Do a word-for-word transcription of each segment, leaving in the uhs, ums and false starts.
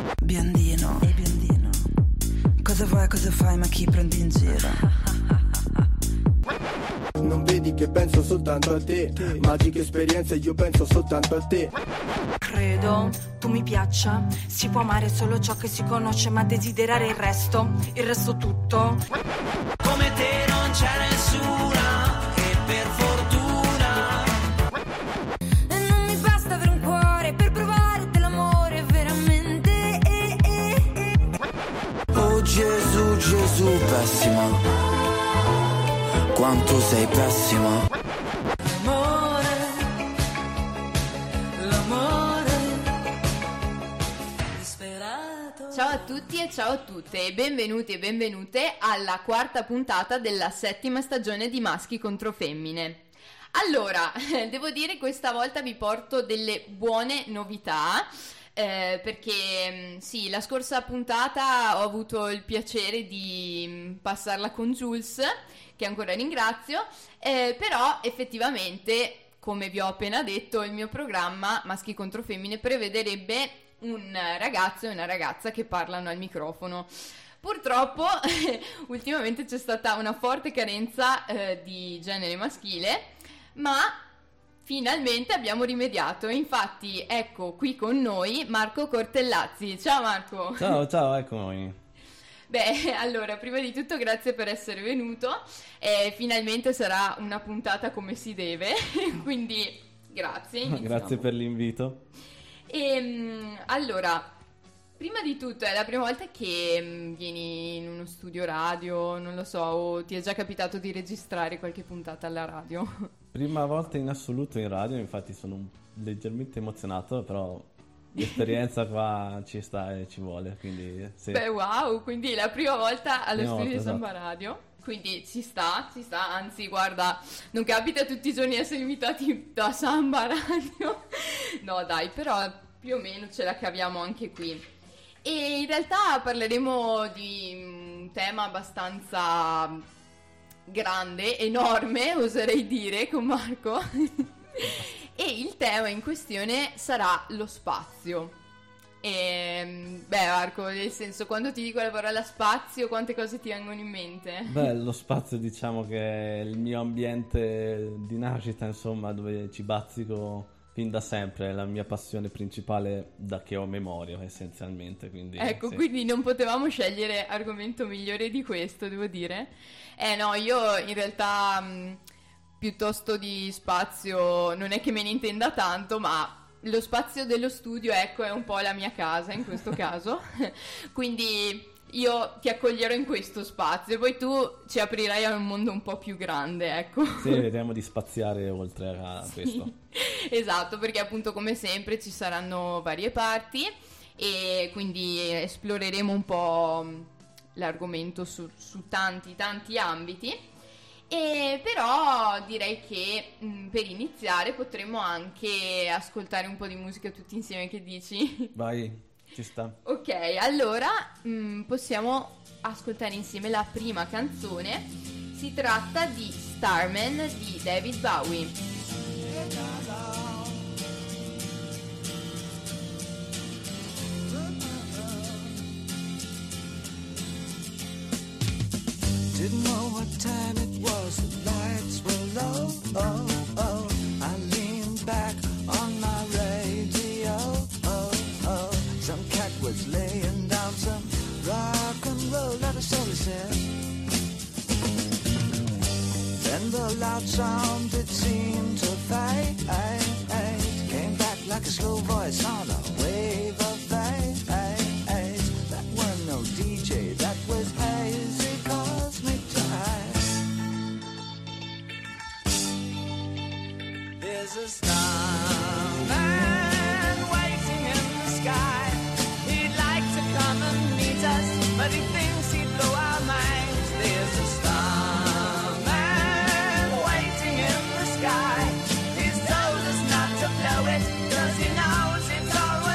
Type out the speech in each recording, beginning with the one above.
Biondino, e biondino, cosa vuoi, cosa fai, ma chi prendi in giro? Non vedi che penso soltanto a te, magiche esperienze, io penso soltanto a te. Credo tu mi piaccia, si può amare solo ciò che si conosce, ma desiderare il resto, il resto tutto. Come te non c'è nessuna, e per fortuna. E non mi basta avere un cuore per provare dell'amore veramente. Eh, eh, eh. Oh Gesù, Gesù, pessima, quanto sei pessima. L'amore, l'amore disperato. Ciao a tutti e ciao a tutte e benvenuti e benvenute alla quarta puntata della settima stagione di Maschi contro Femmine. Allora, devo dire questa volta vi porto delle buone novità. Eh, perché sì, la scorsa puntata ho avuto il piacere di passarla con Jules, che ancora ringrazio, eh, però effettivamente, come vi ho appena detto, il mio programma Maschi contro Femmine prevederebbe un ragazzo e una ragazza che parlano al microfono. Purtroppo ultimamente c'è stata una forte carenza eh, di genere maschile, ma finalmente abbiamo rimediato. Infatti ecco qui con noi Marco Cortellazzi. Ciao Marco. Ciao, ciao, eccomi. Beh, allora, prima di tutto grazie per essere venuto. Eh, finalmente sarà una puntata come si deve, quindi grazie. Iniziamo. Grazie per l'invito. E, allora, prima di tutto è la prima volta che mh, vieni in uno studio radio, non lo so, o ti è già capitato di registrare qualche puntata alla radio? Prima volta in assoluto in radio, infatti sono un- leggermente emozionato, però l'esperienza qua ci sta e ci vuole, quindi sì. Beh, wow, quindi è la prima volta allo Prima studio volta, di Samba esatto. Radio, quindi ci sta, ci sta, anzi guarda, non capita tutti i giorni di essere invitati da Samba Radio, no dai, però più o meno ce la caviamo anche qui. E in realtà parleremo di un tema abbastanza grande, enorme, oserei dire, con Marco. E il tema in questione sarà lo spazio. E, beh, Marco, nel senso, quando ti dico la parola spazio, quante cose ti vengono in mente? Beh, lo spazio diciamo che è il mio ambiente di nascita, insomma, dove ci bazzico fin da sempre, è la mia passione principale da che ho memoria, essenzialmente, quindi Ecco, sì. quindi non potevamo scegliere argomento migliore di questo, devo dire. Eh no, io in realtà mh, piuttosto di spazio non è che me ne intenda tanto, ma lo spazio dello studio, ecco, è un po' la mia casa in questo caso. Quindi io ti accoglierò in questo spazio, poi tu ci aprirai a un mondo un po' più grande, ecco. Sì, vediamo di spaziare oltre a Sì, questo. esatto, perché appunto come sempre ci saranno varie parti e quindi esploreremo un po' l'argomento su, su tanti tanti ambiti. E però direi che mh, per iniziare potremmo anche ascoltare un po' di musica tutti insieme, che dici? Vai, ci sta. Ok, allora mh, possiamo ascoltare insieme la prima canzone. Si tratta di Starman di David Bowie. Didn't know what time it was, the lights were low, oh, oh. I leaned back on my radio, oh, oh. Some cat was laying down some rock and roll, not a soul said. Then the loud sound, it seemed to fade, came back like a slow voice on a wave of fade. That wasn't no D J, that was hazy cosmic time. There's a starman waiting in the sky. He'd like to come and meet us, but he thinks he'd blow our minds. There's a starman waiting in the sky. He's told us not to blow it, 'cause he knows it's alright.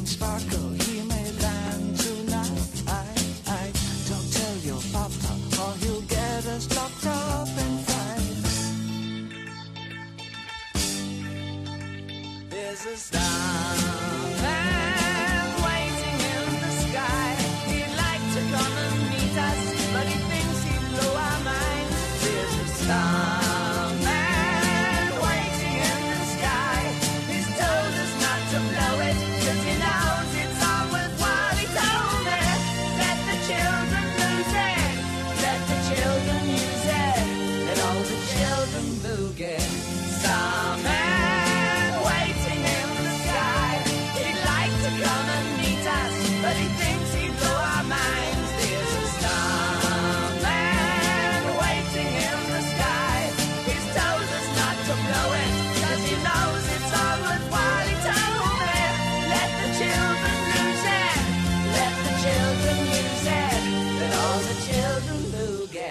and sparkle, he may land tonight. Don't tell your papa or he'll get us locked up and fight. There's a starman waiting in the sky. He'd like to come and meet us, but he thinks he'd blow our minds. There's a starman waiting in the sky. He's told us not to blow it, 'cause he knows it's all worthwhile. He told me, let the children lose it, let the children use it, let all the children boogie. Starman waiting in the sky. He'd like to come and meet us, but he thinks he'd blow our minds. There's a starman waiting in the sky. He's told us not to blow it, 'cause he knows it's all worthwhile. He told me, let the children lose it, let the children use it, let all the children boogie.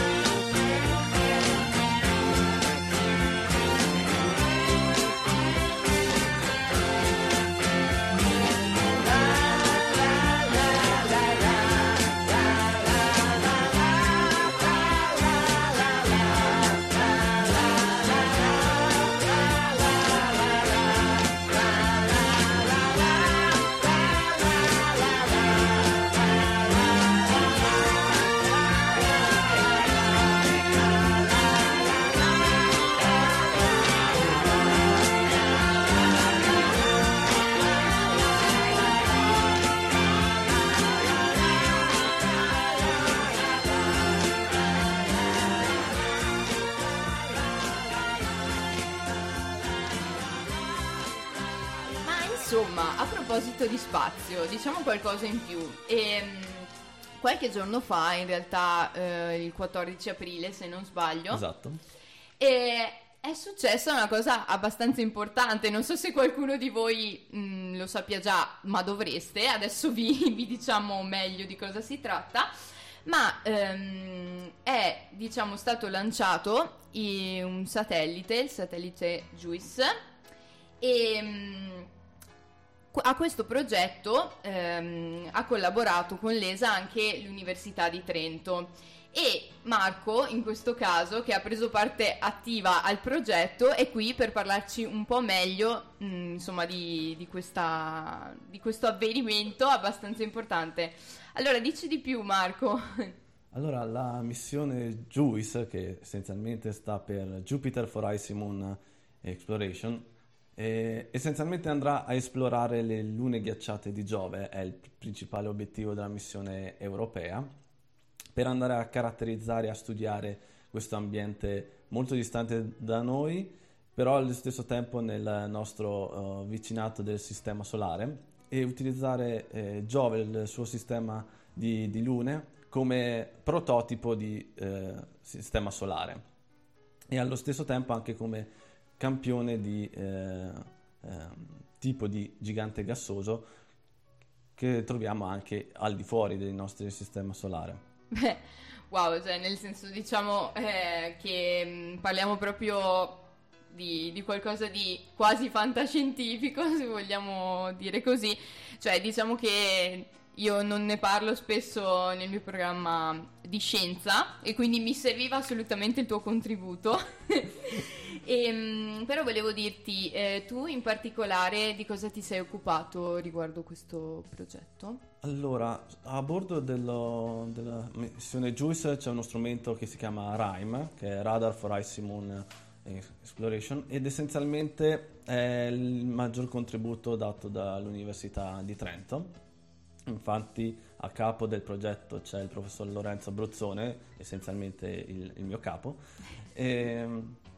Insomma, a proposito di spazio, diciamo qualcosa in più. Ehm, qualche giorno fa, in realtà eh, il quattordici aprile, se non sbaglio, Esatto. e è successa una cosa abbastanza importante. Non so se qualcuno di voi mh, lo sappia già, ma dovreste. Adesso vi, vi diciamo meglio di cosa si tratta. Ma ehm, è, diciamo, stato lanciato i- un satellite, il satellite JUICE, e mh, a questo progetto ehm, ha collaborato con l'E S A anche l'Università di Trento, e Marco, in questo caso, che ha preso parte attiva al progetto, è qui per parlarci un po' meglio mh, insomma di, di, questa, di questo avvenimento abbastanza importante. Allora, dici di più, Marco. Allora, la missione JUICE, che essenzialmente sta per Jupiter for Icy Moon Exploration, eh, essenzialmente andrà a esplorare le lune ghiacciate di Giove. È il principale obiettivo della missione europea, per andare a caratterizzare e a studiare questo ambiente molto distante da noi, però allo stesso tempo nel nostro uh, vicinato del sistema solare, e utilizzare eh, Giove, il suo sistema di, di lune, come prototipo di eh, sistema solare, e allo stesso tempo anche come campione di eh, eh, tipo di gigante gassoso che troviamo anche al di fuori del nostro sistema solare. Beh, wow, cioè nel senso, diciamo eh, che mh, parliamo proprio di, di qualcosa di quasi fantascientifico, se vogliamo dire così. Cioè, diciamo che io non ne parlo spesso nel mio programma di scienza, e quindi mi serviva assolutamente il tuo contributo. E, mh, però volevo dirti, eh, tu in particolare di cosa ti sei occupato riguardo questo progetto? Allora, a bordo dello- della missione JUICE c'è uno strumento che si chiama RIME, che è Radar for Icy Moon Exploration, ed essenzialmente è il maggior contributo dato dall'Università di Trento. Infatti a capo del progetto c'è il professor Lorenzo Abruzzone, essenzialmente il, il mio capo, e,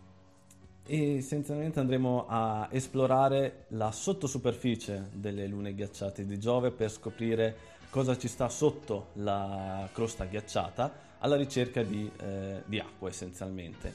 e essenzialmente andremo a esplorare la sottosuperficie delle lune ghiacciate di Giove per scoprire cosa ci sta sotto la crosta ghiacciata, alla ricerca di, eh, di acqua essenzialmente.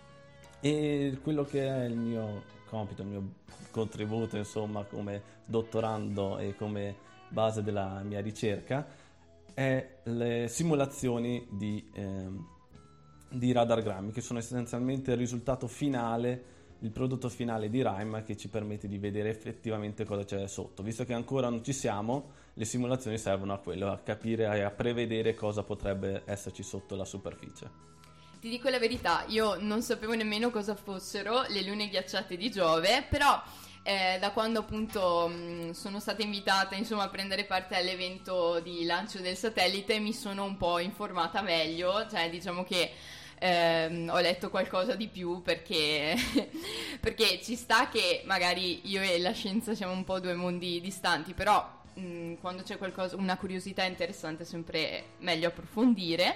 E quello che è il mio compito, il mio contributo, insomma, come dottorando e come base della mia ricerca, è le simulazioni di, eh, di radargrammi, che sono essenzialmente il risultato finale il prodotto finale di Rime che ci permette di vedere effettivamente cosa c'è sotto. Visto che ancora non ci siamo, le simulazioni servono a quello, a capire e a prevedere cosa potrebbe esserci sotto la superficie. Ti dico la verità, io non sapevo nemmeno cosa fossero le lune ghiacciate di Giove, però eh, da quando appunto mh, sono stata invitata insomma a prendere parte all'evento di lancio del satellite mi sono un po' informata meglio, cioè diciamo che Eh, ho letto qualcosa di più perché, perché ci sta che magari io e la scienza siamo un po' due mondi distanti, però mh, quando c'è qualcosa, una curiosità interessante è sempre meglio approfondire.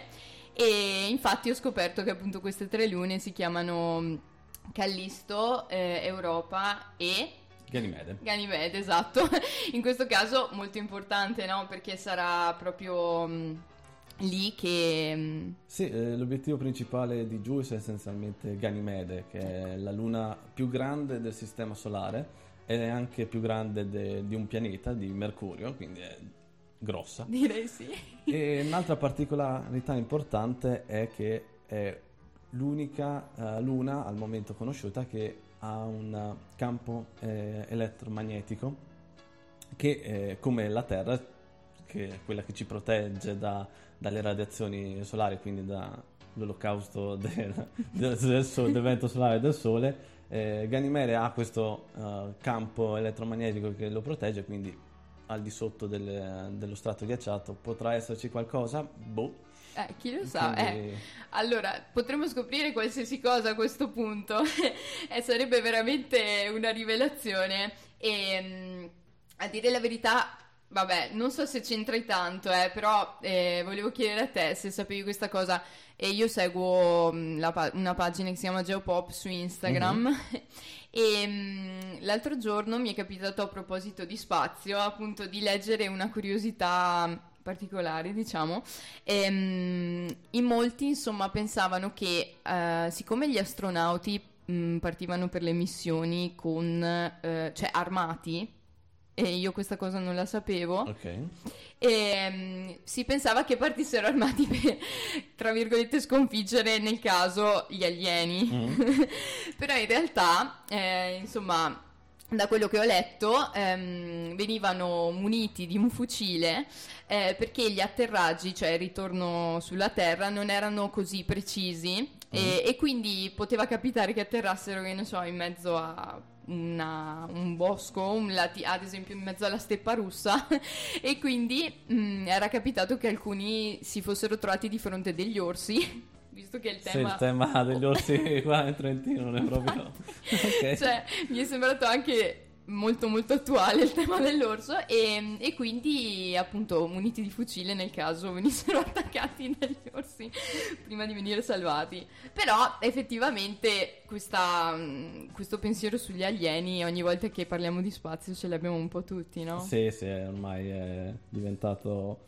E infatti ho scoperto che appunto queste tre lune si chiamano Callisto, eh, Europa e Ganimede. Ganimede, esatto. In questo caso molto importante, no? Perché sarà proprio mh, lì che... Sì, eh, l'obiettivo principale di JUICE è essenzialmente Ganimede, che è la luna più grande del sistema solare ed è anche più grande de- di un pianeta, di Mercurio, quindi è grossa. Direi sì. E un'altra particolarità importante è che è l'unica uh, luna al momento conosciuta che ha un campo eh, elettromagnetico che, eh, come la Terra, che è quella che ci protegge da, dalle radiazioni solari, quindi dall'olocausto del, del, del, sol, del vento solare del Sole, eh, Ganimede ha questo uh, campo elettromagnetico che lo protegge, quindi al di sotto del, dello strato ghiacciato potrà esserci qualcosa, boh. Eh, chi lo sa, Quindi... eh. Allora, potremmo scoprire qualsiasi cosa a questo punto e sarebbe veramente una rivelazione. E mh, a dire la verità, vabbè, non so se c'entri tanto, eh, però eh, volevo chiedere a te se sapevi questa cosa. E io seguo mh, la pa- una pagina che si chiama Geopop su Instagram. Mm-hmm. E mh, l'altro giorno mi è capitato, a proposito di spazio, appunto di leggere una curiosità particolare, diciamo. E, mh, in molti insomma pensavano che uh, siccome gli astronauti mh, partivano per le missioni con uh, cioè armati, e io questa cosa non la sapevo, ok, e mh, si pensava che partissero armati per, tra virgolette, sconfiggere nel caso gli alieni. Mm. Però in realtà eh, insomma, da quello che ho letto, ehm, venivano muniti di un fucile eh, perché gli atterraggi, cioè il ritorno sulla Terra, non erano così precisi. Mm. e, e quindi poteva capitare che atterrassero, che ne so, in mezzo a una, un bosco, un lati- ad esempio in mezzo alla steppa russa e quindi mh, era capitato che alcuni si fossero trovati di fronte degli orsi. Visto che il tema... Sì, il tema degli orsi qua in Trentino non è proprio... Okay. Cioè, mi è sembrato anche molto molto attuale il tema dell'orso e, e quindi appunto muniti di fucile nel caso venissero attaccati dagli orsi prima di venire salvati. Però effettivamente questa, questo pensiero sugli alieni ogni volta che parliamo di spazio ce l'abbiamo un po' tutti, no? Sì, sì, ormai è diventato...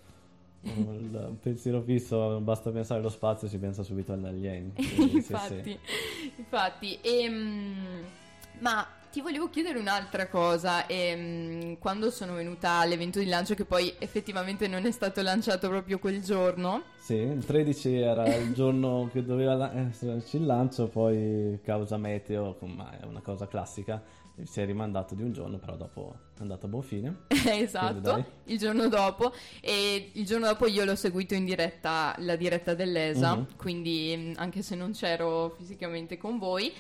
il pensiero fisso, basta pensare allo spazio, si pensa subito agli alieni. Quindi, infatti, sì, sì. infatti ehm, ma ti volevo chiedere un'altra cosa. Ehm, quando sono venuta all'evento di lancio, che poi effettivamente non è stato lanciato proprio quel giorno, sì, il tredici era il giorno che doveva esserci il lancio, poi causa meteo, ma è una cosa classica, si è rimandato di un giorno, però dopo è andato a buon fine. Esatto, il giorno dopo. E il giorno dopo io l'ho seguito in diretta, la diretta dell'E S A, uh-huh. Quindi anche se non c'ero fisicamente con voi.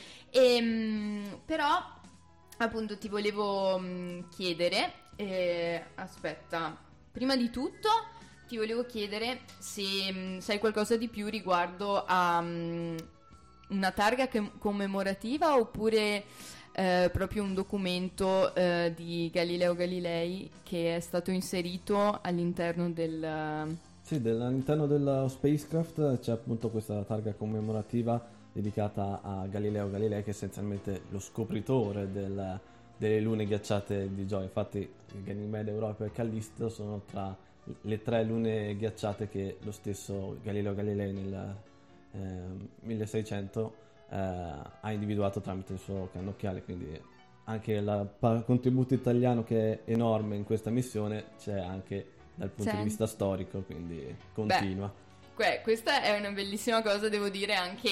E, però appunto ti volevo chiedere, eh, aspetta, prima di tutto ti volevo chiedere se sai qualcosa di più riguardo a um, una targa che- commemorativa oppure... Eh, proprio un documento eh, di Galileo Galilei che è stato inserito all'interno del... Sì, del, all'interno dello spacecraft c'è appunto questa targa commemorativa dedicata a Galileo Galilei, che è essenzialmente lo scopritore del, delle lune ghiacciate di Giove. Infatti Ganimede, Europa e Callisto sono tra le tre lune ghiacciate che lo stesso Galileo Galilei nel eh, milleseicento Uh, ha individuato tramite il suo cannocchiale, quindi anche il pa- contributo italiano, che è enorme in questa missione, c'è anche dal punto c'è. di vista storico, quindi continua. Beh, que- questa è una bellissima cosa, devo dire, anche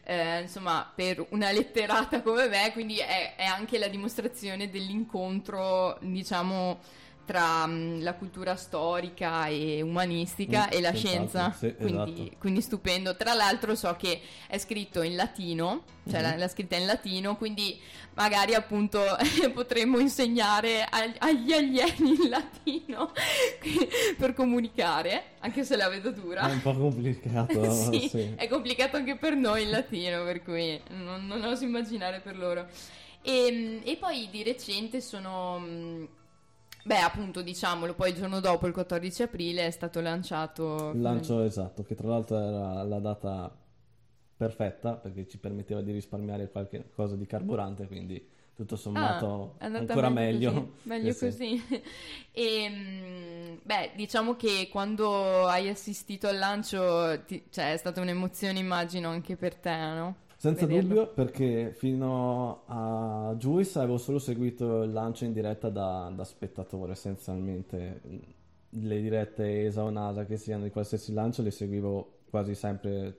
eh, insomma, per una letterata come me, quindi è, è anche la dimostrazione dell'incontro, diciamo, tra mh, la cultura storica e umanistica Mm, e la senz'altro, scienza, sì, quindi, esatto. quindi stupendo. Tra l'altro so che è scritto in latino, cioè Mhm. la, la scritta in latino, quindi magari appunto potremmo insegnare ag- agli alieni il latino per comunicare, anche se la vedo dura. È un po' complicato, Sì, sì. è complicato anche per noi il latino, per cui non, non oso immaginare per loro. E, e poi di recente sono, mh, beh, appunto, diciamolo, poi il giorno dopo, il quattordici aprile, è stato lanciato Il lancio esatto, che tra l'altro era la data perfetta perché ci permetteva di risparmiare qualche cosa di carburante, quindi tutto sommato Ah, è andata ancora meglio. così, meglio Sì, sì. così. E, mh, beh, diciamo che quando hai assistito al lancio, ti- cioè, è stata un'emozione, immagino, anche per te, no? Senza Vederlo. dubbio, perché fino a Juice avevo solo seguito il lancio in diretta da, da spettatore, essenzialmente. Le dirette E S A o NASA che siano di qualsiasi lancio le seguivo quasi sempre,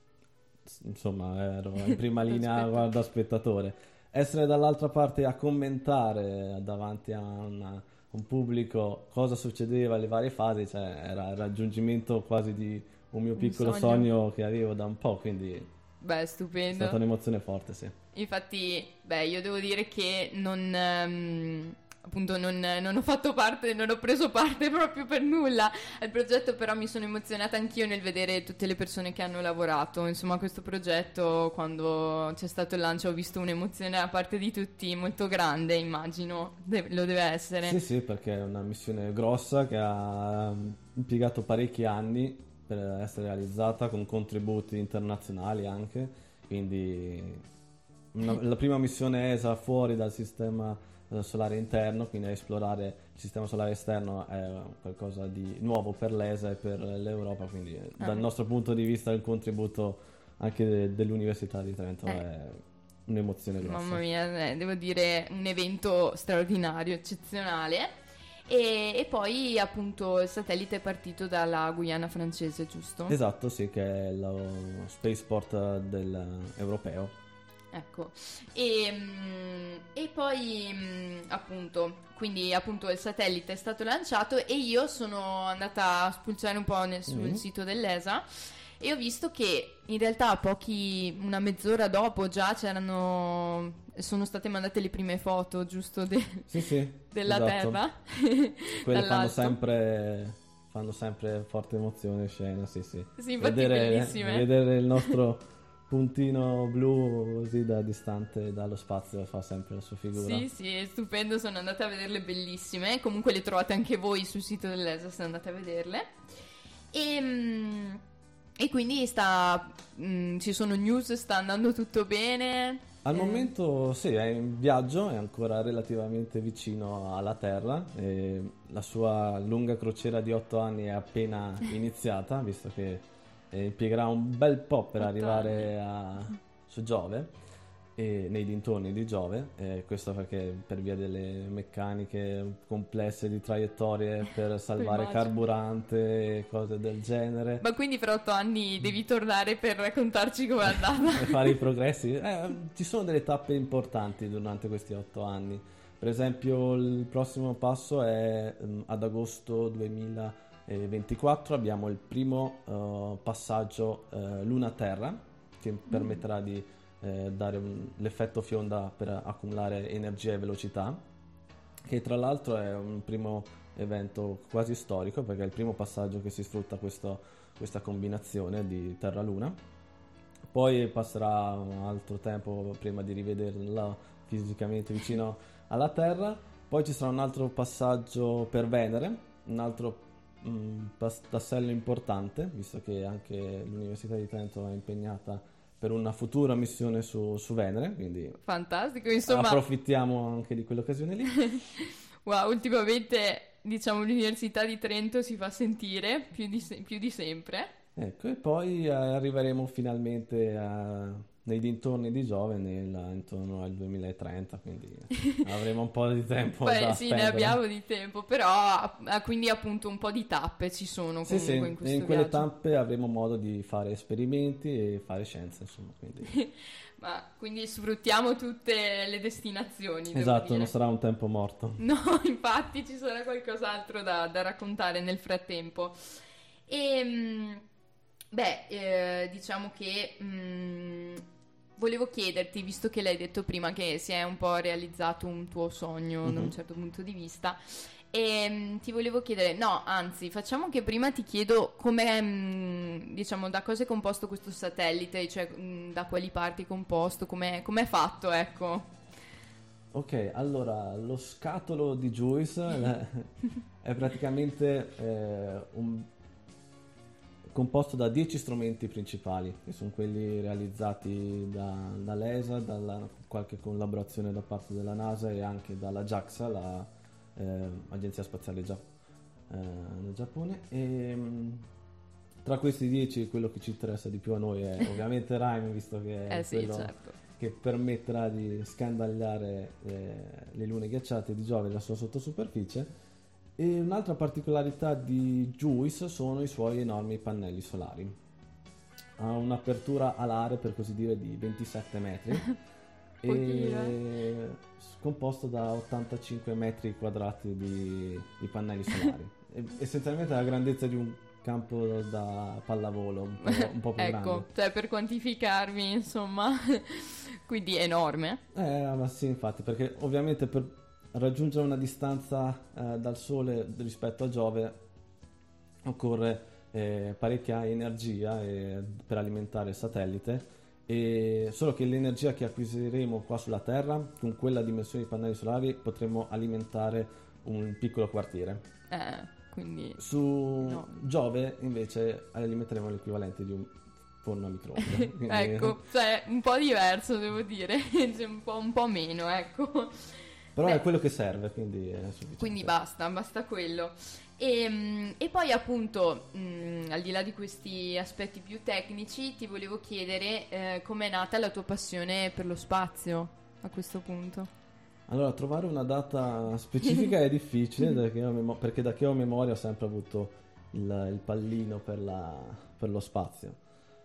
insomma, ero in prima Da linea spettatore. da spettatore. Essere dall'altra parte a commentare davanti a una- un pubblico cosa succedeva alle varie fasi, cioè era il raggiungimento quasi di un mio Un piccolo sogno. sogno che avevo da un po', quindi Beh, è stupendo. stata un'emozione forte, sì. Infatti, beh, io devo dire che non, ehm, appunto, non, non ho fatto parte, non ho preso parte proprio per nulla al progetto, però mi sono emozionata anch'io nel vedere tutte le persone che hanno lavorato, insomma, a questo progetto. Quando c'è stato il lancio ho visto un'emozione da parte di tutti molto grande, immagino, de- lo deve essere. Sì, sì, perché è una missione grossa che ha impiegato parecchi anni per essere realizzata con contributi internazionali anche, quindi una- la prima missione E S A fuori dal sistema eh, solare interno, quindi a esplorare il sistema solare esterno è qualcosa di nuovo per l'E S A e per l'Europa, quindi eh, Ah. dal nostro punto di vista il contributo anche de- dell'Università di Trento Eh. è un'emozione grossa. Mamma mia, eh, devo dire un evento straordinario, eccezionale. E, e poi appunto il satellite è partito dalla Guyana francese, giusto? Esatto, sì, che è lo spaceport del europeo. Ecco, e, mm, e poi mm, appunto, quindi appunto il satellite è stato lanciato e io sono andata a spulciare un po' nel, sul Mm. sito dell'E S A e ho visto che in realtà pochi, una mezz'ora dopo già c'erano, sono state mandate le prime foto, giusto, de- Sì, sì, della esatto. Terra. Quelle fanno dall'alto. sempre, fanno sempre forte emozione scena, sì, sì. Sì, infatti Vedere, bellissime. vedere il nostro puntino blu così da distante dallo spazio fa sempre la sua figura. Sì, sì, è stupendo, sono andata a vederle, bellissime. Comunque le trovate anche voi sul sito dell'E S A se andate a vederle. E, mm, e quindi sta, mm, ci sono news, sta andando tutto bene. Al Eh, momento sì, è in viaggio, è ancora relativamente vicino alla Terra e la sua lunga crociera di otto anni è appena iniziata, visto che eh, impiegherà un bel po' per Otto arrivare a- su Giove e nei dintorni di Giove, e questo perché per via delle meccaniche complesse di traiettorie per salvare immagino. carburante e cose del genere. Ma quindi fra otto anni devi tornare per raccontarci com'è andata? Per fare i progressi. Eh, ci sono delle tappe importanti durante questi otto anni. Per esempio, il prossimo passo è ehm, ad agosto duemilaventiquattro. Abbiamo il primo eh, passaggio eh, Luna-Terra che permetterà di eh, dare un- l'effetto fionda per accumulare energia e velocità. Che tra l'altro è un primo evento quasi storico perché è il primo passaggio che si sfrutta questo- questa combinazione di Terra-Luna. Poi passerà un altro tempo prima di rivederla fisicamente vicino alla Terra. Poi ci sarà un altro passaggio per Venere, un altro mh, pas- tassello importante, visto che anche l'Università di Trento è impegnata per una futura missione su, su Venere, quindi Fantastico, insomma, approfittiamo anche di quell'occasione lì. wow, ultimamente diciamo l'Università di Trento si fa sentire più di, se- più di sempre. Ecco, e poi eh, arriveremo finalmente a nei dintorni di Giove nel, intorno al duemilatrenta, quindi avremo un po' di tempo Beh, da sì, spendere. ne abbiamo di tempo, però ah, quindi appunto un po' di tappe ci sono comunque Sì, sì, in questo e in quelle viaggio. tappe avremo modo di fare esperimenti e fare scienza, insomma, quindi... Ma quindi sfruttiamo tutte le destinazioni, devo Esatto, dire. non sarà un tempo morto. No, infatti ci sarà qualcos'altro da, da raccontare nel frattempo. E mh, beh, eh, diciamo che mh, volevo chiederti, visto che l'hai detto prima che si è un po' realizzato un tuo sogno Mhm. da un certo punto di vista, e mh, ti volevo chiedere, no, anzi, facciamo che prima ti chiedo come, mh, diciamo, da cosa è composto questo satellite, cioè mh, da quali parti è composto, com'è, com'è fatto, ecco. Ok, allora, lo scatolo di Juice eh, è praticamente eh, un composto da dieci strumenti principali, che sono quelli realizzati da, dall'E S A, dalla qualche collaborazione da parte della NASA e anche dalla JAXA, la eh, Agenzia Spaziale Gia- eh, del Giappone. E mh, tra questi dieci quello che ci interessa di più a noi è ovviamente Rime, visto che è Eh sì, quello certo. che permetterà di scandagliare eh, le lune ghiacciate di Giove e la sua sottosuperficie. E un'altra particolarità di Juice sono i suoi enormi pannelli solari. Ha un'apertura alare, per così dire, di ventisette metri e composto da ottantacinque metri quadrati di, di pannelli solari. E, essenzialmente la grandezza di un campo da pallavolo, un po', un po' più Ecco, grande. cioè per quantificarmi, insomma, quindi è enorme. Eh, ma sì, infatti, perché ovviamente per raggiungere una distanza eh, dal Sole rispetto a Giove occorre eh, parecchia energia eh, per alimentare il satellite, e solo che l'energia che acquisiremo qua sulla Terra, con quella dimensione di pannelli solari, potremo alimentare un piccolo quartiere. Eh, quindi... Su No. Giove invece alimenteremo l'equivalente di un forno a microonde. Quindi- Ecco, cioè un po' diverso devo dire, cioè, un po', un po' meno, ecco. Però Beh. è quello che serve, quindi è sufficiente. Quindi basta, basta quello. E, mh, e poi appunto, mh, al di là di questi aspetti più tecnici, ti volevo chiedere eh, com'è nata la tua passione per lo spazio a questo punto. Allora, trovare una data specifica è difficile perché, io ho memo- perché da che ho memoria ho sempre avuto il, il pallino per, la- per lo spazio.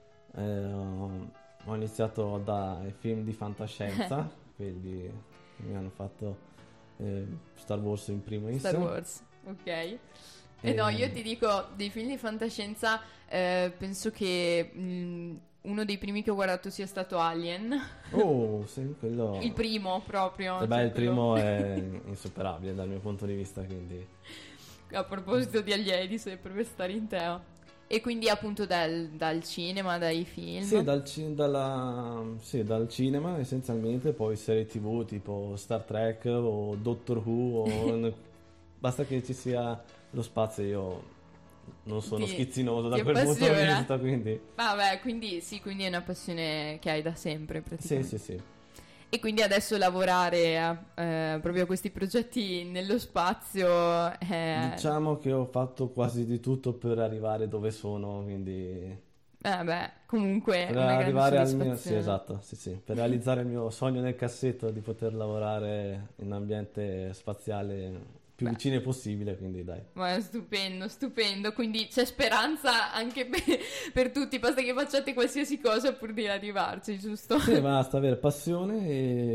Eh, ho, ho iniziato dai film di fantascienza, quelli che mi hanno fatto eh, Star Wars in primis. Star Wars, ok. E E- no, io ti dico, dei film di fantascienza, eh, penso che mh, uno dei primi che ho guardato sia stato Alien. Oh, sì, quello... Il primo proprio. Eh beh, cioè il quello- primo è insuperabile dal mio punto di vista, quindi... A proposito di alieni, sempre per stare in tema. E quindi appunto dal, dal cinema, dai film. Sì, dal, ci- dalla- sì, dal cinema essenzialmente, poi serie tv tipo Star Trek o Doctor Who, o basta che ci sia lo spazio, io non sono Ti- schizzinoso da ti quel punto di appassiona? vista, quindi... Vabbè, quindi sì, quindi è una passione che hai da sempre Sì, praticamente. sì, sì. E quindi adesso lavorare a, eh, proprio a questi progetti nello spazio è... Diciamo che ho fatto quasi di tutto per arrivare dove sono, quindi... Eh beh, comunque è Per una grande arrivare al mio... Sì, soddisfazione. esatto, sì, sì. Per realizzare il mio sogno nel cassetto di poter lavorare in un ambiente spaziale più Beh. vicino possibile, quindi dai. Ma è stupendo, stupendo, quindi c'è speranza anche per, per tutti, basta che facciate qualsiasi cosa pur di arrivarci, giusto? Sì, basta avere passione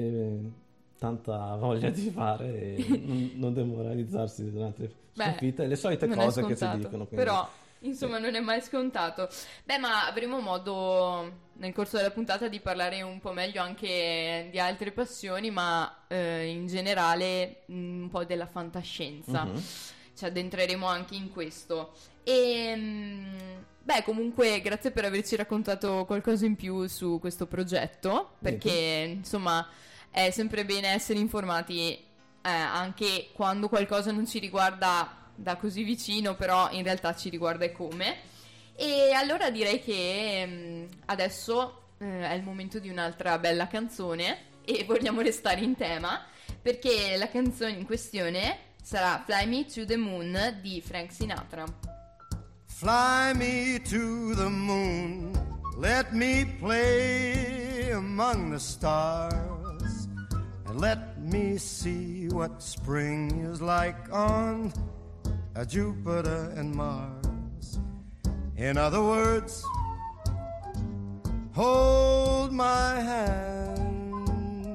e tanta voglia di fare e non, non demoralizzarsi durante le Beh, sconfitte, le solite non è cose che si scontato, dicono. quindi- però insomma non è mai scontato. Beh, ma avremo modo nel corso della puntata di parlare un po' meglio anche di altre passioni, ma eh, in generale mh, un po' della fantascienza. Mhm. Ci addentreremo anche in questo. E mh, beh, comunque grazie per averci raccontato qualcosa in più su questo progetto, perché insomma è sempre bene essere informati eh, anche quando qualcosa non ci riguarda da così vicino, però in realtà ci riguarda e come. E allora direi che mh, adesso eh, è il momento di un'altra bella canzone e vogliamo restare in tema, perché la canzone in questione sarà Fly Me to the Moon di Frank Sinatra. Fly me to the moon, let me play among the stars and let me see what spring is like on uh, Jupiter and Mars. In other words, hold my hand.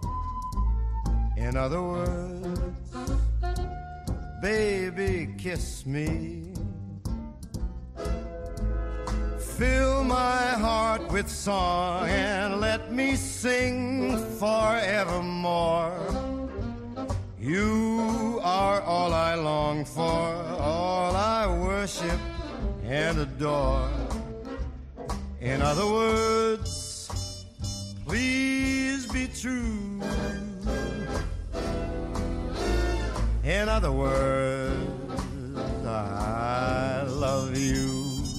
In other words, baby, kiss me. Fill my heart with song and let me sing forevermore. You are all I long for, all I worship and adore. In other words, please be true. In other words, I love you.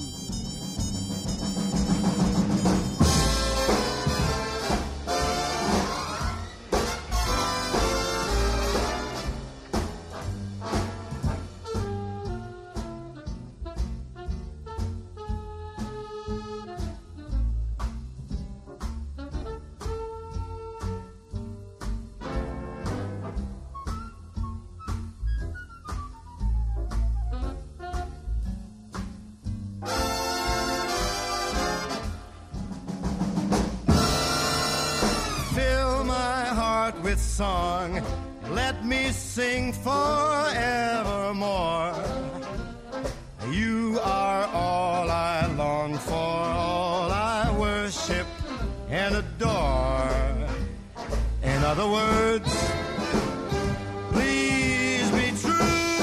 Song, let me sing forevermore. You are all I long for, all I worship and adore. In other words, please be true.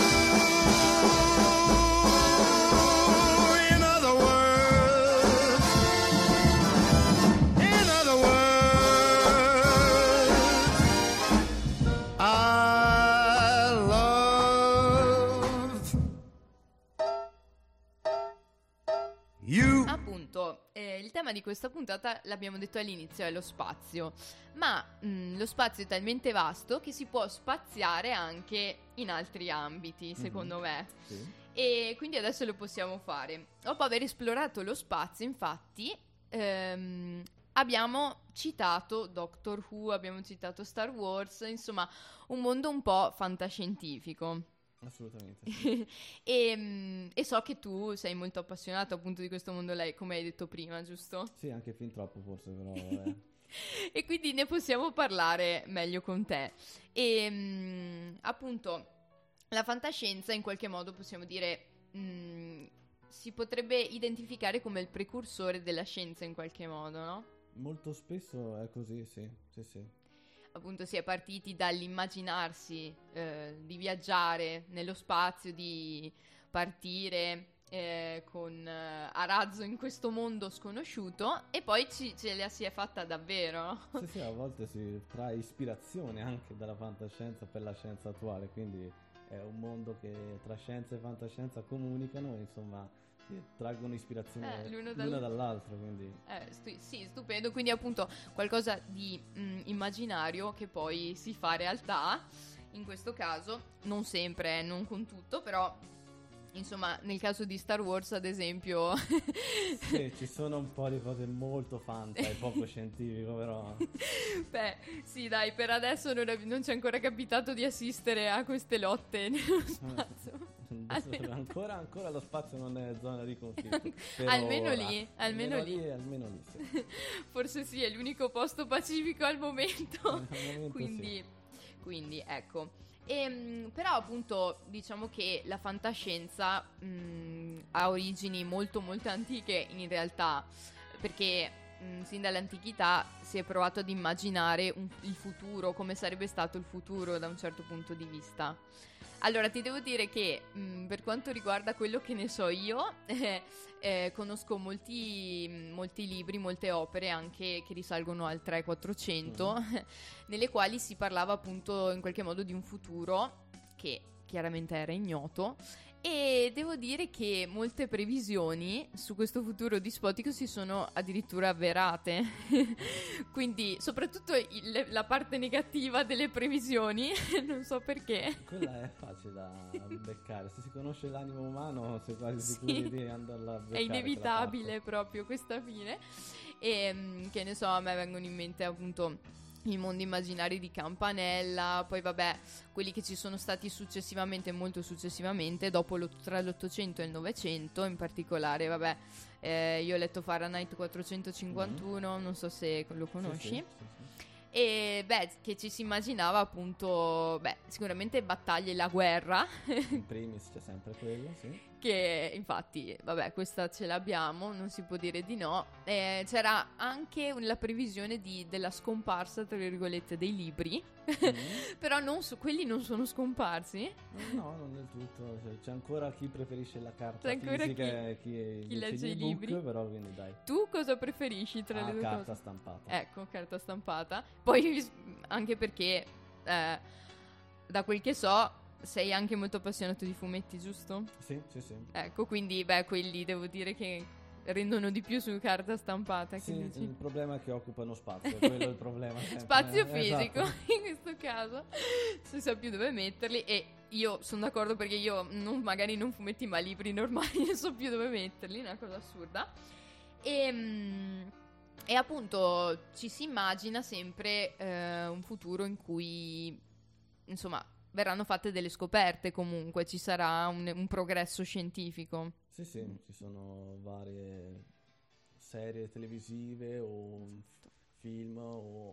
In other words, in other words, Eh, il tema di questa puntata, l'abbiamo detto all'inizio, è lo spazio, ma mh, lo spazio è talmente vasto che si può spaziare anche in altri ambiti, secondo mm-hmm. me. Sì. E quindi adesso lo possiamo fare. Dopo aver esplorato lo spazio, infatti, ehm, abbiamo citato Doctor Who, abbiamo citato Star Wars, insomma, un mondo un po' fantascientifico. Assolutamente sì. e, e so che tu sei molto appassionato appunto di questo mondo, lei, come hai detto prima, giusto? Sì, anche fin troppo forse, però vabbè. E quindi ne possiamo parlare meglio con te. E mh, appunto la fantascienza in qualche modo possiamo dire mh, si potrebbe identificare come il precursore della scienza in qualche modo, no? Molto spesso è così, sì, sì, sì. Appunto si è partiti dall'immaginarsi eh, di viaggiare nello spazio, di partire eh, con, eh, a razzo in questo mondo sconosciuto, e poi ci, ce la si è fatta davvero. Sì, sì, a volte si trae ispirazione anche dalla fantascienza per la scienza attuale, quindi è un mondo che tra scienza e fantascienza comunicano e insomma traggono ispirazione eh, l'uno, l'una dal... dall'altro, quindi eh, stu- sì, stupendo. Quindi appunto qualcosa di mh, immaginario che poi si fa realtà, in questo caso non sempre, non con tutto, però insomma nel caso di Star Wars ad esempio sì, ci sono un po' di cose molto fanta e poco scientifico, però beh sì dai, per adesso non, è, non ci è ancora capitato di assistere a queste lotte nello spazio. ancora, ancora lo spazio non è zona di conflitto almeno ora. lì almeno, almeno lì. lì almeno lì sì. Forse sì, è l'unico posto pacifico al momento, al momento quindi, sì. quindi ecco. E, però appunto diciamo che la fantascienza mh, ha origini molto molto antiche in realtà, perché mh, sin dall'antichità si è provato ad immaginare un, il futuro, come sarebbe stato il futuro da un certo punto di vista. Allora ti devo dire che mh, per quanto riguarda quello che ne so io eh, eh, conosco molti, molti libri, molte opere anche che risalgono al trecento quattrocento mm. nelle quali si parlava appunto in qualche modo di un futuro che chiaramente era ignoto E devo dire che molte previsioni su questo futuro dispotico si sono addirittura avverate. Quindi, soprattutto il- la parte negativa delle previsioni, non so perché. Quella è facile da beccare. Se si conosce l'animo umano, sei quasi Sì. sicuri di andarla a beccare. È inevitabile quella proprio questa fine. E mm, che ne so, a me vengono in mente appunto i mondi immaginari di Campanella, poi vabbè, quelli che ci sono stati successivamente, molto successivamente, dopo l'ott- tra l'Ottocento e il Novecento, in particolare, vabbè, eh, io ho letto Fahrenheit quattrocentocinquantuno, non so se lo parte. conosci. Sì, sì, sì, sì. E beh, che ci si immaginava appunto, beh, sicuramente battaglie e la guerra, In primis c'è sempre quello, sì. che infatti, vabbè, questa ce l'abbiamo, non si può dire di no. Eh, c'era anche la previsione di, della scomparsa, tra virgolette, dei libri, Mm. però non so- quelli non sono scomparsi. No, non del tutto. Cioè, c'è ancora chi preferisce la carta C'è ancora fisica chi- e chi, chi invece legge gli i ebook, libri. però quindi dai. Tu cosa preferisci tra Ah, le due carta cose? stampata. Ecco, carta stampata. Poi anche perché, eh, da quel che so, sei anche molto appassionato di fumetti, giusto? Sì, sì, sì. Ecco, quindi, beh, quelli devo dire che rendono di più su carta stampata. Che Sì, dici? il problema è che occupano spazio, quello è il problema. sempre. Spazio Eh, fisico, esatto. in questo caso, si sa più dove metterli. E io sono d'accordo perché io non- magari non fumetti ma libri normali non so più dove metterli, una cosa assurda. E, mm, e appunto ci si immagina sempre eh, un futuro in cui, insomma, verranno fatte delle scoperte comunque, ci sarà un, un progresso scientifico. Sì, sì, ci sono varie serie televisive o f- film o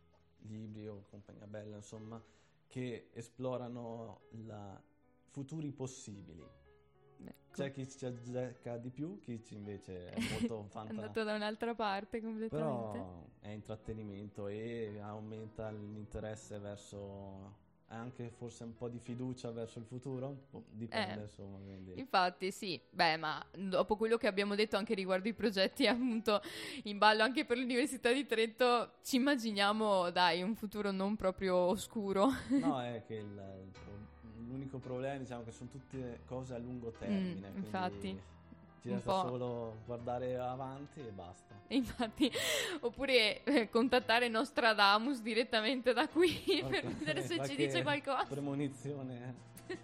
libri o compagnia bella, insomma, che esplorano la futuri possibili. Ecco. C'è chi ci azzecca di più, chi ci invece è molto È fantastico. andato da un'altra parte completamente. Però è intrattenimento e aumenta l'interesse verso anche forse un po' di fiducia verso il futuro, Boh, dipende Eh, insomma. Quindi. Infatti sì, beh, ma dopo quello che abbiamo detto anche riguardo i progetti appunto in ballo anche per l'Università di Trento, ci immaginiamo, dai, un futuro non proprio oscuro. No, è che il, il pro- l'unico problema, diciamo, che sono tutte cose a lungo termine, quindi infatti. ci Un resta po'. solo guardare avanti e basta. Infatti, oppure eh, contattare Nostradamus direttamente da qui per Ok, vedere se ci qualche dice qualcosa. premonizione.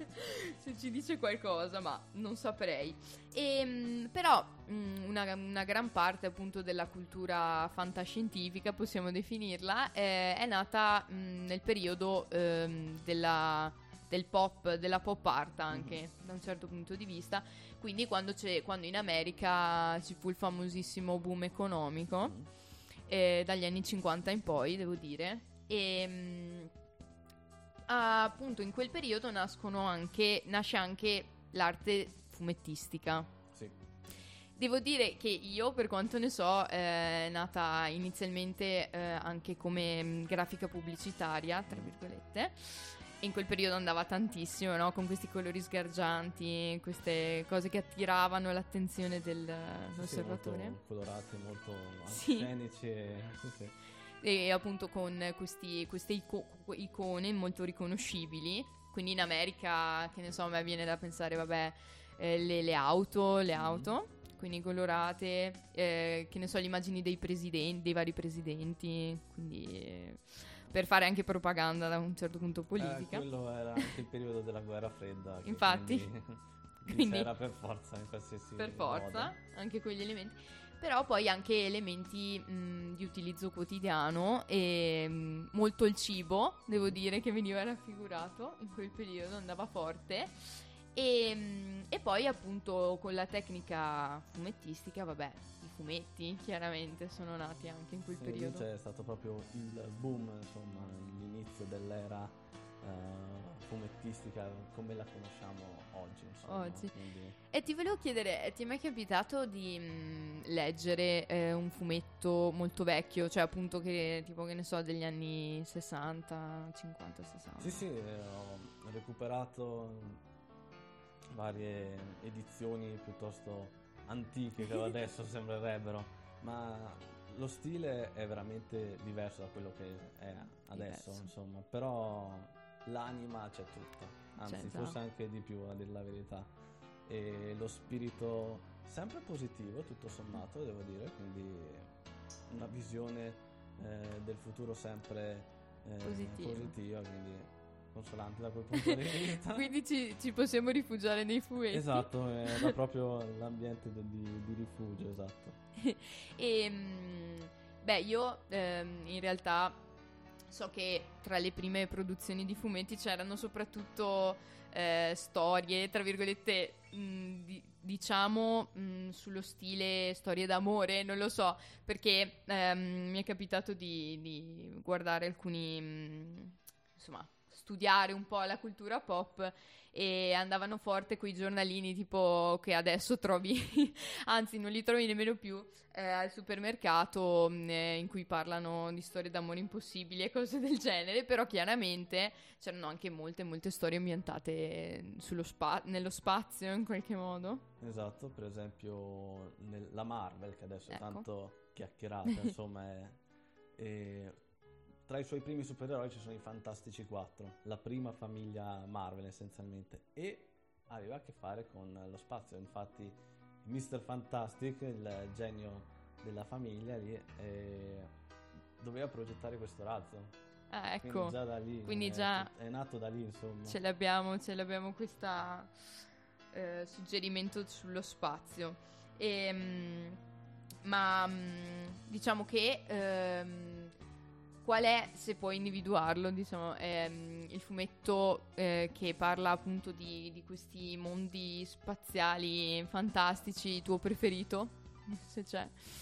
Se ci dice qualcosa, ma non saprei. Ehm, però mh, una, una gran parte appunto della cultura fantascientifica, possiamo definirla, eh, è nata mh, nel periodo ehm, della, del pop, della pop art anche, da un certo punto di vista. Quindi quando, c'è, quando in America ci fu il famosissimo boom economico, Mm. eh, dagli anni cinquanta in poi, devo dire, e mh, appunto in quel periodo nascono anche, nasce anche l'arte fumettistica. Sì. Devo dire che io, per quanto ne so, è nata inizialmente eh, anche come mh, grafica pubblicitaria, tra virgolette. E in quel periodo andava tantissimo, no? Con questi colori sgargianti, queste cose che attiravano l'attenzione Sì, sì, dell'osservatore. molto colorate, molto Sì. scenici. e- Sì, sì. E appunto con questi, queste ico- icone molto riconoscibili. Quindi in America, che ne so, a me viene da pensare, vabbè, eh, le, le auto, le auto, quindi colorate, eh, che ne so, le immagini dei presidenti, dei vari presidenti, quindi eh, per fare anche propaganda da un certo punto politica. Eh, quello era anche il periodo della guerra fredda. che Infatti. Quindi, Quindi- c'era per forza in qualsiasi Per forza, modo. anche quegli elementi. Però poi anche elementi mh, di utilizzo quotidiano e mh, molto il cibo, devo dire, che veniva raffigurato in quel periodo, andava forte. E, mh, e poi appunto con la tecnica fumettistica, vabbè, i fumetti chiaramente sono nati anche in quel Sì, lì periodo. c'è stato proprio il boom, insomma, l'inizio dell'era eh, fumettistica come la conosciamo oggi, insomma. Oggi. Quindi, E ti volevo chiedere, ti è mai capitato di mh, leggere eh, un fumetto molto vecchio, cioè appunto che tipo che ne so degli anni sessanta, cinquanta, sessanta? sì, sì, eh, ho recuperato varie edizioni piuttosto antiche che adesso sembrerebbero, ma lo stile è veramente diverso da quello che è adesso, Diverso. insomma, però l'anima c'è tutta. anzi cioè, forse già. anche di più, a dire la verità. E lo spirito sempre positivo, tutto sommato, devo dire, quindi una visione eh, del futuro sempre eh, Positiva. positiva, quindi consolante da quel punto di vista. Quindi ci, ci possiamo rifugiare nei fumetti. Esatto, era proprio l'ambiente de- di, di rifugio, esatto. E mm, beh, io ehm, in realtà so che tra le prime produzioni di fumetti c'erano soprattutto eh, storie, tra virgolette, mh, di- diciamo mh, sullo stile storie d'amore, non lo so, perché ehm, mi è capitato di, di guardare alcuni, mh, insomma, studiare un po' la cultura pop e andavano forte quei giornalini tipo che adesso trovi, anzi non li trovi nemmeno più eh, al supermercato, mh, eh, in cui parlano di storie d'amore impossibili e cose del genere, però chiaramente c'erano anche molte molte storie ambientate sullo spa- nello spazio in qualche modo. Esatto, per esempio nel- la Marvel, che adesso è Ecco. tanto chiacchierata, insomma, è, è- tra i suoi primi supereroi ci sono i Fantastici quattro, la prima famiglia Marvel essenzialmente, e aveva a che fare con lo spazio. Infatti mister Fantastic, il genio della famiglia lì, eh, doveva progettare questo razzo. Ah, Quindi ecco, già da lì quindi è, già è nato da lì, insomma. ce l'abbiamo, ce l'abbiamo questa eh, suggerimento sullo spazio. Ehm, ma mh, diciamo che ehm, qual è, se puoi individuarlo, diciamo, ehm, il fumetto eh, che parla appunto di, di questi mondi spaziali fantastici, tuo preferito? Se c'è.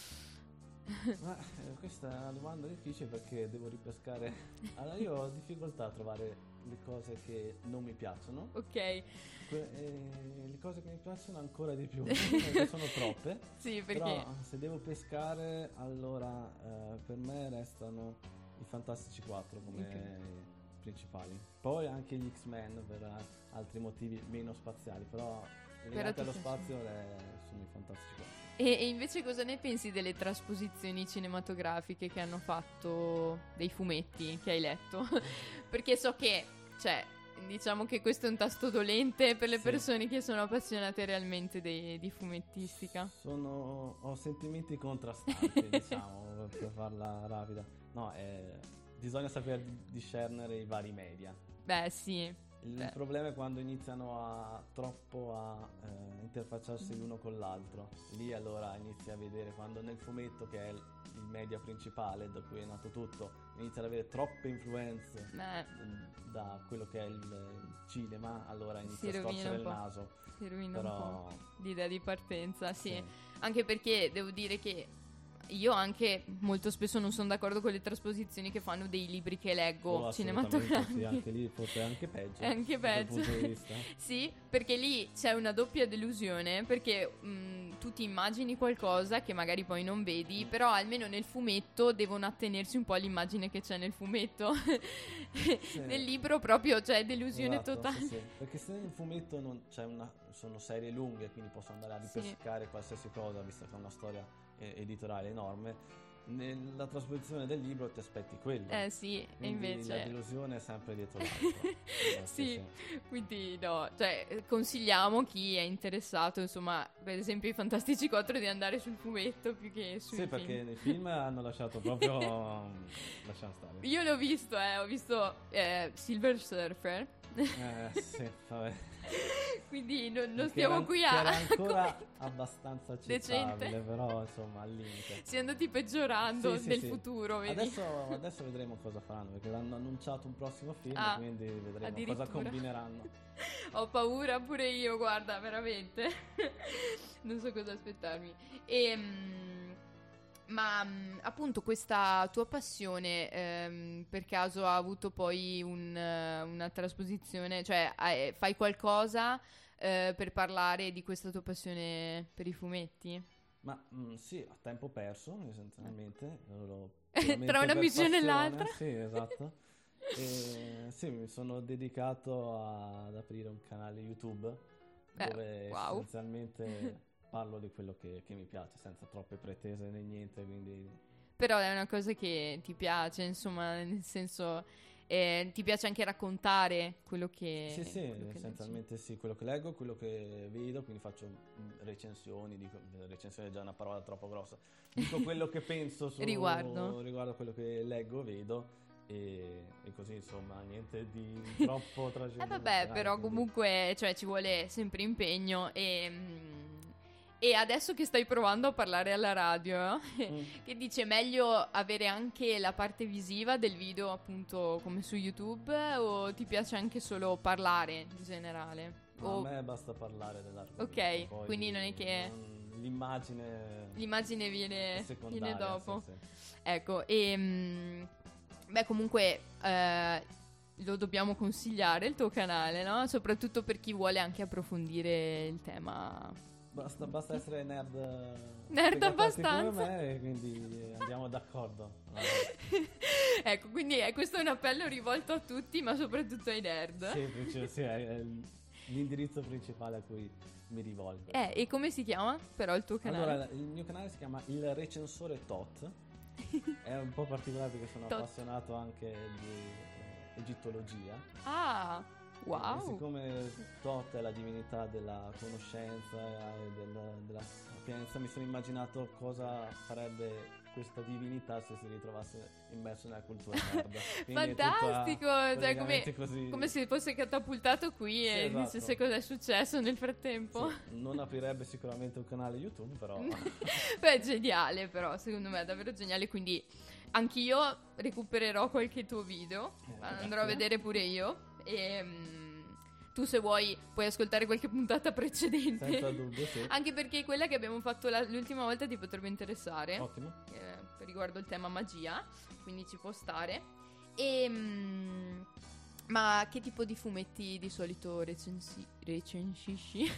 Ma eh, questa è una domanda difficile perché devo ripescare. Allora, io ho difficoltà a trovare le cose che non mi piacciono. Ok, Que- e le cose che mi piacciono ancora di più, perché sono troppe. sì, perché... Però se devo pescare, allora eh, per me restano i Fantastici quattro come Ok. principali. Poi anche gli X-Men per eh, altri motivi meno spaziali, però legati ti allo piacciono. spazio eh, sono i Fantastici quattro. E, e invece cosa ne pensi delle trasposizioni cinematografiche che hanno fatto dei fumetti che hai letto? Perché so che, cioè, diciamo che questo è un tasto dolente per le Sì. persone che sono appassionate realmente dei- di fumettistica. Sono, ho sentimenti contrastanti, diciamo, per farla rapida. No, eh, bisogna saper discernere i vari media. Beh, sì. Il Beh. problema è quando iniziano a troppo a eh, interfacciarsi l'uno con l'altro. Lì allora inizi a vedere, quando nel fumetto, che è il, il media principale da cui è nato tutto, inizi ad avere troppe influenze Beh, mm, da quello che è il, il cinema, allora Si inizia a rovina storcere un il po'. naso. si rovina Però un po' l'idea di partenza, sì. sì. Anche perché devo dire che io anche molto spesso non sono d'accordo con le trasposizioni che fanno dei libri che leggo Oh, assolutamente cinematografici. sì, anche lì forse è anche peggio. È anche da quel peggio. punto di vista. Sì, perché lì c'è una doppia delusione, perché mh, tu ti immagini qualcosa che magari poi non vedi, però almeno nel fumetto devono attenersi un po' all'immagine che c'è nel fumetto. Nel libro proprio c'è delusione Esatto, totale. sì, sì. Perché se nel fumetto non c'è una, sono serie lunghe, quindi posso andare a Sì. ripescare qualsiasi cosa, visto che è una storia eh, editoriale enorme. Nella trasposizione del libro ti aspetti quello. Eh sì, e Quindi invece... la delusione è sempre dietro l'altro. Esatto, Sì, quindi no, cioè eh, consigliamo chi è interessato, insomma, per esempio i Fantastici quattro di andare sul fumetto più che sui Sì, film. perché nei film hanno lasciato proprio lasciamo stare. Io l'ho visto, eh, ho visto eh, Silver Surfer, Eh, sì, vabbè. quindi non, non Che stiamo era- qui che a... era ancora a commenti. abbastanza Decente. accettabile, però insomma al limite. Si è andati peggiorando Sì, sì, nel sì. futuro, vedi? Adesso, adesso vedremo cosa faranno, perché hanno annunciato un prossimo film, Ah, quindi vedremo cosa addirittura. combineranno. Ho paura pure io, guarda, veramente. Non so cosa aspettarmi. E, mm, ma mm, appunto questa tua passione ehm, per caso ha avuto poi un, eh, una trasposizione, cioè hai- fai qualcosa eh, per parlare di questa tua passione per i fumetti? Ma mm, sì, a tempo perso, essenzialmente. L'ho Tra puramente una per missione e passione, l'altra. Sì, esatto. E, sì, mi sono dedicato a- ad aprire un canale YouTube Eh, dove wow. essenzialmente parlo di quello che, che mi piace, senza troppe pretese né niente, quindi... Però è una cosa che ti piace, insomma, nel senso E ti piace anche raccontare quello che... Sì, sì, quello che essenzialmente leggi? sì, quello che leggo, quello che vedo, quindi faccio mm, recensioni, dico, recensione è già una parola troppo grossa, dico quello che penso su, Riguardo. riguardo a quello che leggo, vedo, e, e così insomma niente di troppo Eh trascendentale. vabbè, però quindi- comunque cioè, ci vuole sempre impegno e, mm, e adesso che stai provando a parlare alla radio, Mm. che dice meglio avere anche la parte visiva del video appunto come su YouTube o ti piace anche solo parlare in generale? Ma O a me basta parlare dell'argomento. Ok, poi quindi non è che- non- l'immagine l'immagine viene, è secondaria, viene dopo? sì, sì. Ecco, e mm, beh, comunque eh, lo dobbiamo consigliare il tuo canale, no? Soprattutto per chi vuole anche approfondire il tema. Basta, basta essere nerd Nerd sfegatati abbastanza. come me e quindi andiamo d'accordo. Ecco, quindi eh, questo è un appello rivolto a tutti, ma soprattutto ai nerd. Sì, princi- sì, è è l'indirizzo principale a cui mi rivolgo. Eh, e come si chiama però il tuo canale? Allora, il mio canale si chiama Il Recensore Tot. È un po' particolare perché sono Tot. appassionato anche di eh, egittologia. Ah, E wow. siccome Tot è la divinità della conoscenza e del- della sapienza, mi sono immaginato cosa farebbe questa divinità se si ritrovasse immerso nella cultura nerd. Quindi è tutta Fantastico, cioè come, praticamente così. come se fosse catapultato qui Sì, e esatto. dicesse cosa è successo nel frattempo. Sì, non aprirebbe sicuramente un canale YouTube, però Beh, è geniale però, secondo me è davvero geniale, quindi anch'io recupererò qualche tuo video, Eh, andrò a grazie. vedere pure io e mm, tu se vuoi puoi ascoltare qualche puntata precedente. senza dubbio sì. Anche perché quella che abbiamo fatto la- l'ultima volta ti potrebbe interessare. Ottimo. eh, riguardo il tema magia, quindi ci può stare. E, mm, ma che tipo di fumetti di solito recensi- recensisci?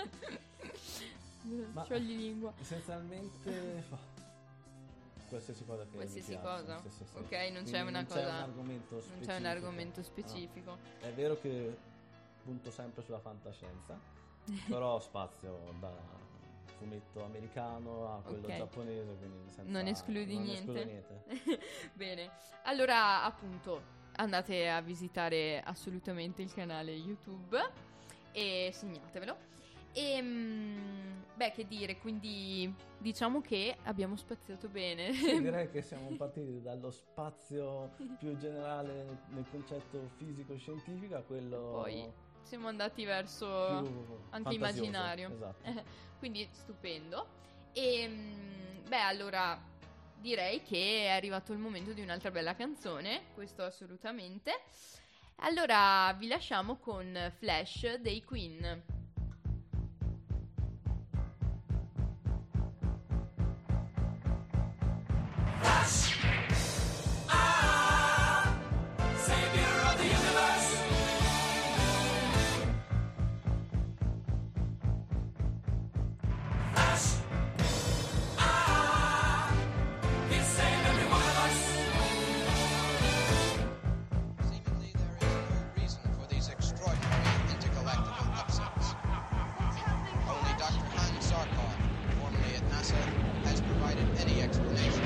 Ma- Sciogli lingua. Essenzialmente fa- qualsiasi cosa che Qualsiasi mi piace. cosa. Sì, sì, sì. Ok, non Quindi c'è una non cosa- c'è un argomento Non specifico. c'è un argomento No. specifico. È vero che punto sempre sulla fantascienza, però spazio da fumetto americano a quello Ok. giapponese, quindi senza- Non escludi non niente? escludo niente. Bene, allora appunto andate a visitare assolutamente il canale YouTube e segnatevelo. E mm, beh, che dire, quindi diciamo che abbiamo spaziato bene. Sì, direi che siamo partiti dallo spazio più generale nel concetto fisico-scientifico a quello Poi siamo andati verso più anche fantasioso. immaginario. Esatto. Quindi stupendo. E mm, beh, allora direi che è arrivato il momento di un'altra bella canzone, questo assolutamente. Allora vi lasciamo con Flash dei Queen. Seemingly, there is no reason for these extraordinary intergalactical upsets. Only Doctor Han Sarkar, formerly at NASA, has provided any explanation.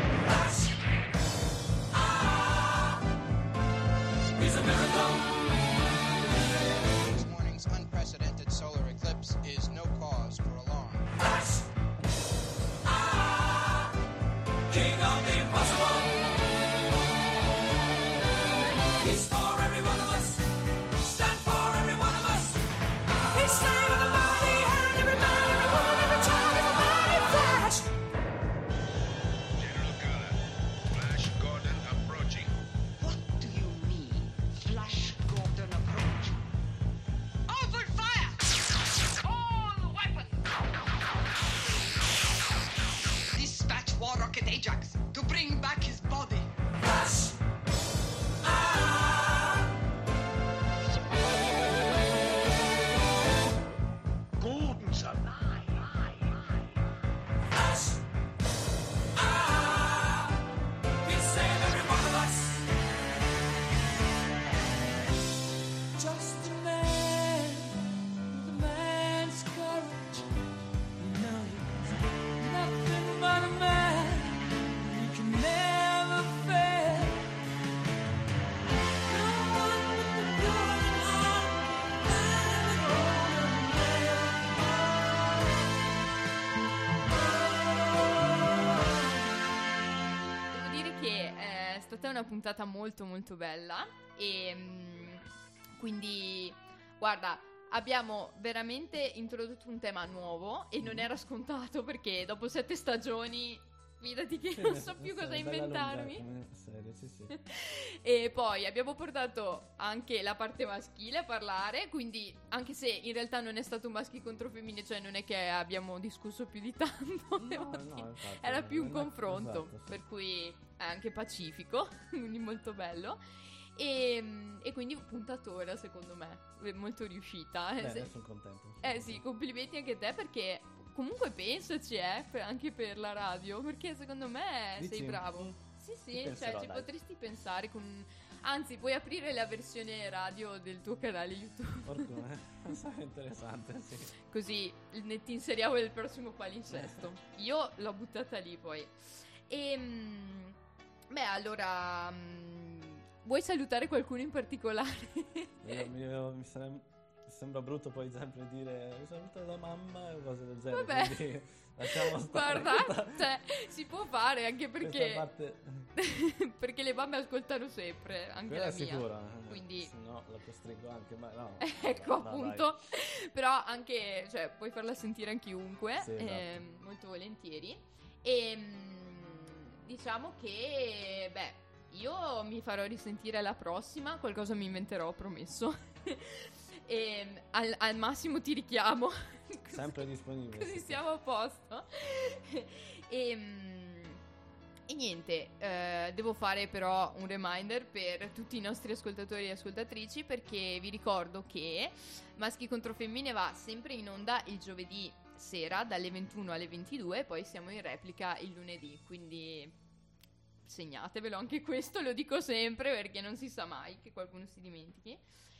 This morning's unprecedented solar eclipse is no cause for alarm. General Kara, Flash Gordon approaching. What do you mean, Flash Gordon approach? Open fire! All weapons! Dispatch War Rocket Ajax to bring back his body. Gordon's alive. Just a man with a man's courage. You know he's nothing but a man. He can never una puntata molto molto bella e mh, quindi guarda, abbiamo veramente introdotto un tema nuovo e non era scontato, perché dopo sette stagioni fidati che Sì, non so più questa cosa è bella inventarmi. lunga come serie, sì, sì. E poi abbiamo portato anche la parte maschile a parlare, quindi anche se in realtà non è stato un maschi contro femmine, cioè non è che abbiamo discusso più di tanto, devo no, dire. infatti, Era più un non è- confronto, esatto, sì. per cui è anche pacifico, quindi molto bello. E, e quindi puntatona secondo me, è molto riuscita. Beh, Se- adesso sono contento. eh sì, complimenti anche a te, perché comunque pensaci, eh, per- anche per la radio, perché secondo me Dici? sei bravo. Mm. Sì, Ci sì, cioè penserò, ci dai. potresti pensare con... Anzi, puoi aprire la versione radio del tuo canale YouTube. Porco, eh. Sarà interessante, sì. Così ne- ti inseriamo nel prossimo palinsesto. Io l'ho buttata lì poi. E... mm, beh, allora... mm, vuoi salutare qualcuno in particolare? Io- mi, mi sare- sembra brutto poi sempre dire mi saluta da mamma e cose del genere. Vabbè. Quindi lasciamo stare. Guarda, cioè, si può fare anche perché... Questa parte perché le mamme ascoltano sempre, anche quella la è mia. sicura. Quindi... Se no la costringo anche, ma no. Ecco, no, appunto. Però anche, cioè, puoi farla sentire a chiunque, Sì, esatto. ehm, molto volentieri. E mm, diciamo che, beh, io mi farò risentire la prossima, qualcosa mi inventerò, promesso. E al, al massimo ti richiamo. Così- Sempre disponibile. Così sì, sì. siamo a posto. e, mm, e niente, eh, devo fare però un reminder per tutti i nostri ascoltatori e ascoltatrici, perché vi ricordo che Maschi contro Femmine va sempre in onda il giovedì sera dalle ventuno alle ventidue, e poi siamo in replica il lunedì, quindi segnatevelo anche questo, lo dico sempre perché non si sa mai che qualcuno si dimentichi.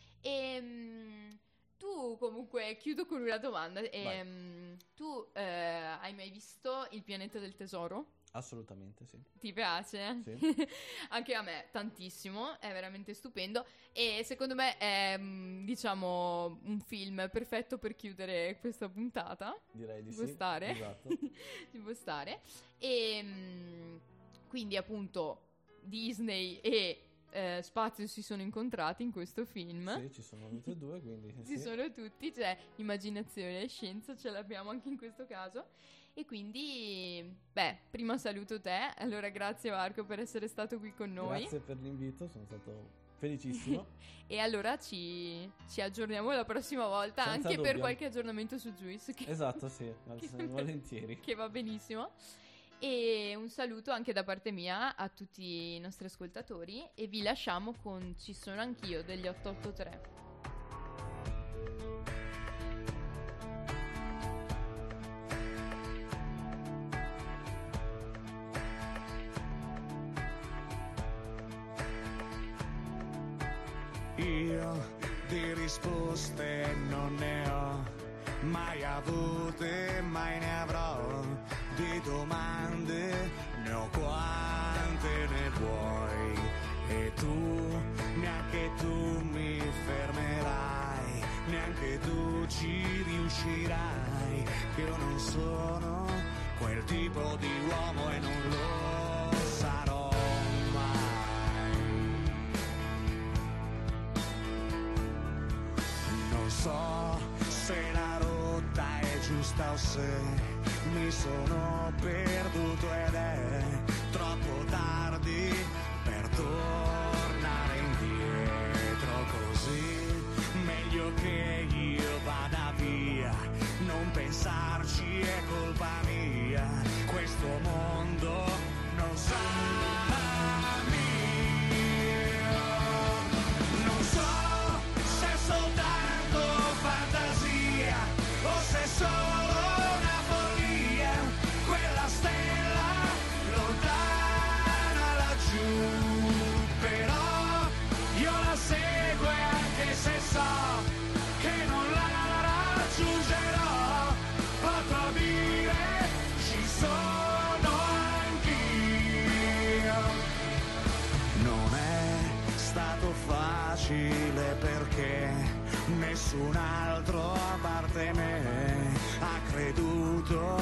E tu comunque, chiudo con una domanda. E, tu eh, hai mai visto Il pianeta del tesoro? Assolutamente, sì. Ti piace? Sì. Anche a me tantissimo, è veramente stupendo e secondo me è mm, diciamo un film perfetto per chiudere questa puntata. Direi di Ci può sì. stare. Esatto. Ci può stare. E mm, quindi appunto Disney e eh, Spazio si sono incontrati in questo film. Sì, ci sono tutti e due, quindi Ci sì. sono tutti, cioè immaginazione e scienza ce l'abbiamo anche in questo caso. E quindi, beh, prima saluto te. Allora grazie Marco per essere stato qui con noi. Grazie per l'invito, sono stato felicissimo. E allora ci, ci aggiorniamo la prossima volta, Senza anche per dubbio. qualche aggiornamento su Juice che, Esatto, sì, che- volentieri. che va benissimo. E un saluto anche da parte mia a tutti i nostri ascoltatori e vi lasciamo con Ci sono anch'io degli otto otto tre. Io di risposte non ne ho mai avute, mai ne avrò. Di domande ne ho quante ne vuoi. E tu, neanche tu mi fermerai, neanche tu ci riuscirai. Che io non sono quel tipo di uomo e non lo sarò mai. Non so se la rotta è giusta o se mi sono perduto ed è troppo tardi per tornare indietro, così meglio che io vada via, non pensarci è colpa mia, questo mondo non sa mio. Non so se è soltanto fantasia o se è solo una follia, quella stella lontana laggiù, però io la seguo e anche se so che non la raggiungerò, potrò dire ci sono anch'io. Non è stato facile perché nessun altro a parte me ha creduto